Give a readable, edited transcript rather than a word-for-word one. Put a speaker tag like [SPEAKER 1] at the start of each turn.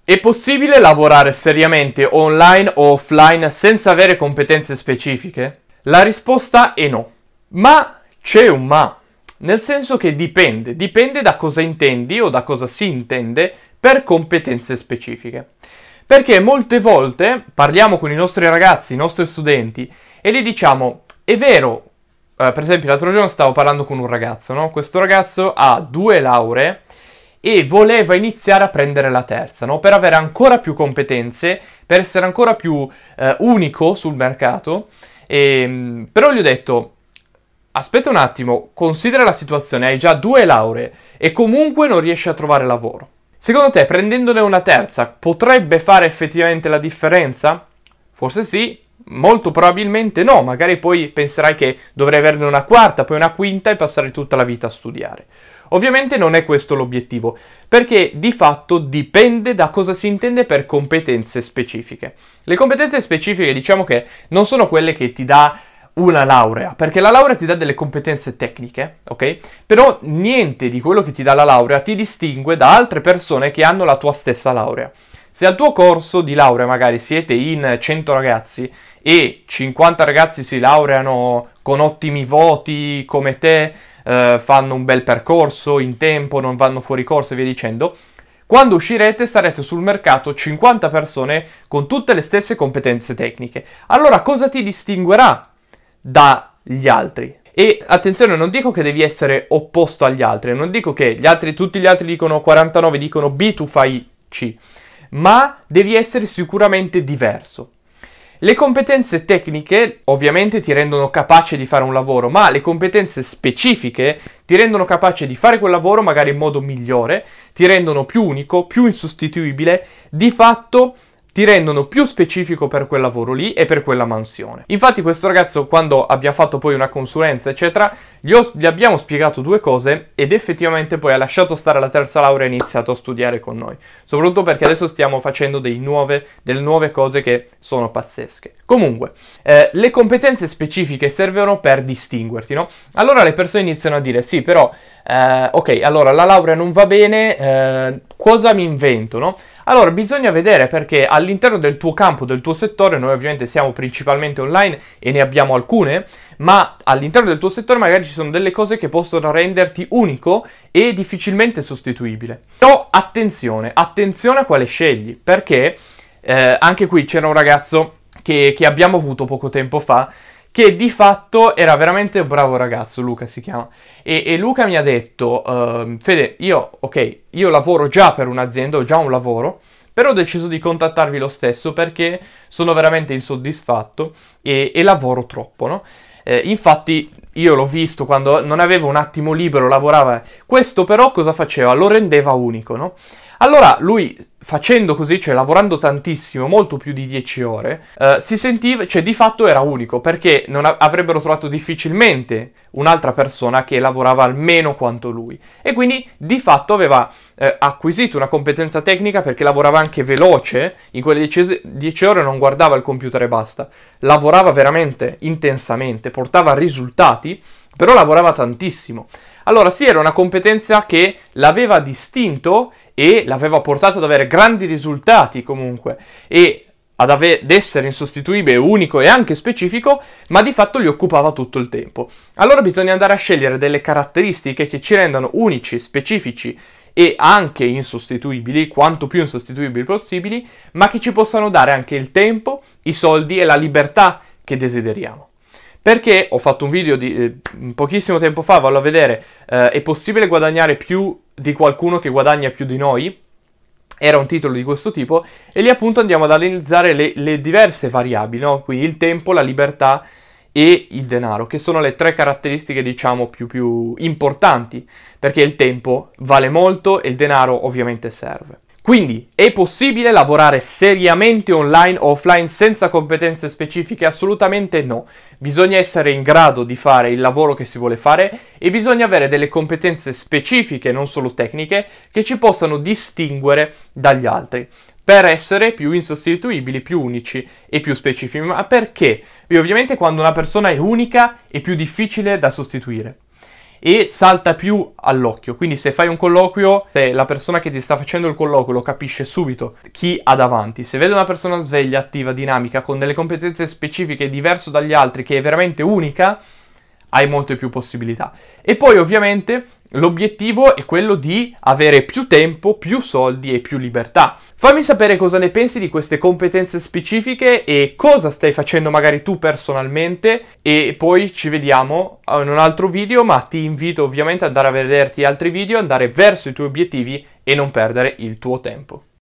[SPEAKER 1] È possibile lavorare seriamente online o offline senza avere competenze specifiche? La risposta è no. Ma c'è un ma. Nel senso che dipende da cosa intendi o da cosa si intende per competenze specifiche. Perché molte volte parliamo con i nostri ragazzi, i nostri studenti, e gli diciamo, è vero, per esempio l'altro giorno stavo parlando con un ragazzo, no? Questo ragazzo ha 2 lauree e voleva iniziare a prendere la terza, no? Per avere ancora più competenze, per essere ancora più unico sul mercato. Però gli ho detto, aspetta un attimo, considera la situazione, hai già 2 lauree e comunque non riesci a trovare lavoro. Secondo te, prendendone una terza, potrebbe fare effettivamente la differenza? Forse sì, molto probabilmente no, magari poi penserai che dovrei averne una quarta, poi una quinta e passare tutta la vita a studiare. Ovviamente non è questo l'obiettivo, perché di fatto dipende da cosa si intende per competenze specifiche. Le competenze specifiche diciamo che non sono quelle che ti dà una laurea, perché la laurea ti dà delle competenze tecniche, ok? Però niente di quello che ti dà la laurea ti distingue da altre persone che hanno la tua stessa laurea. Se al tuo corso di laurea magari siete in 100 ragazzi e 50 ragazzi si laureano con ottimi voti come te, fanno un bel percorso in tempo, non vanno fuori corso e via dicendo, quando uscirete sarete sul mercato 50 persone con tutte le stesse competenze tecniche. Allora cosa ti distinguerà dagli altri? E attenzione, non dico che devi essere opposto agli altri, non dico che tutti gli altri dicono 49, dicono B, tu fai C, ma devi essere sicuramente diverso. Le competenze tecniche ovviamente ti rendono capace di fare un lavoro, ma le competenze specifiche ti rendono capace di fare quel lavoro magari in modo migliore, ti rendono più unico, più insostituibile, di fatto ti rendono più specifico per quel lavoro lì e per quella mansione. Infatti questo ragazzo, quando abbiamo fatto poi una consulenza eccetera, gli abbiamo spiegato 2 cose ed effettivamente poi ha lasciato stare la terza laurea e ha iniziato a studiare con noi. Soprattutto perché adesso stiamo facendo delle nuove cose che sono pazzesche. Comunque, le competenze specifiche servono per distinguerti, no? Allora le persone iniziano a dire, sì però, ok, allora la laurea non va bene, cosa mi invento, no? Allora bisogna vedere, perché all'interno del tuo campo, del tuo settore, noi ovviamente siamo principalmente online e ne abbiamo alcune, ma all'interno del tuo settore magari ci sono delle cose che possono renderti unico e difficilmente sostituibile. Però attenzione a quale scegli, perché anche qui c'era un ragazzo che abbiamo avuto poco tempo fa, che di fatto era veramente un bravo ragazzo, Luca si chiama, e Luca mi ha detto, Fede, io lavoro già per un'azienda, ho già un lavoro, però ho deciso di contattarvi lo stesso perché sono veramente insoddisfatto e lavoro troppo, no? Infatti io l'ho visto quando non avevo un attimo libero, lavorava, questo però cosa faceva? Lo rendeva unico, no? Allora lui, facendo così, cioè lavorando tantissimo, molto più di 10 ore, si sentiva, cioè di fatto era unico, perché avrebbero trovato difficilmente un'altra persona che lavorava almeno quanto lui. E quindi di fatto aveva acquisito una competenza tecnica perché lavorava anche veloce, in quelle 10 ore non guardava il computer e basta, lavorava veramente intensamente, portava risultati, però lavorava tantissimo. Allora sì, era una competenza che l'aveva distinto e l'aveva portato ad avere grandi risultati comunque e ad essere insostituibile, unico e anche specifico, ma di fatto gli occupava tutto il tempo. Allora bisogna andare a scegliere delle caratteristiche che ci rendano unici, specifici e anche insostituibili, quanto più insostituibili possibili, ma che ci possano dare anche il tempo, i soldi e la libertà che desideriamo. Perché ho fatto un video di pochissimo tempo fa, vallo a vedere, è possibile guadagnare più di qualcuno che guadagna più di noi? Era un titolo di questo tipo, e lì appunto andiamo ad analizzare le diverse variabili, no? Quindi il tempo, la libertà e il denaro, che sono le 3 caratteristiche diciamo più importanti, perché il tempo vale molto e il denaro ovviamente serve. Quindi, è possibile lavorare seriamente online o offline senza competenze specifiche? Assolutamente no. Bisogna essere in grado di fare il lavoro che si vuole fare e bisogna avere delle competenze specifiche, non solo tecniche, che ci possano distinguere dagli altri, per essere più insostituibili, più unici e più specifici. Ma perché? Perché ovviamente quando una persona è unica è più difficile da sostituire. e salta più all'occhio. Quindi se fai un colloquio, se la persona che ti sta facendo il colloquio lo capisce subito chi ha davanti. Se vede una persona sveglia, attiva, dinamica, con delle competenze specifiche diverse dagli altri, che è veramente unica, hai molte più possibilità. E poi ovviamente l'obiettivo è quello di avere più tempo, più soldi e più libertà. Fammi sapere cosa ne pensi di queste competenze specifiche e cosa stai facendo magari tu personalmente, e poi ci vediamo in un altro video, ma ti invito ovviamente ad andare a vederti altri video, andare verso i tuoi obiettivi e non perdere il tuo tempo.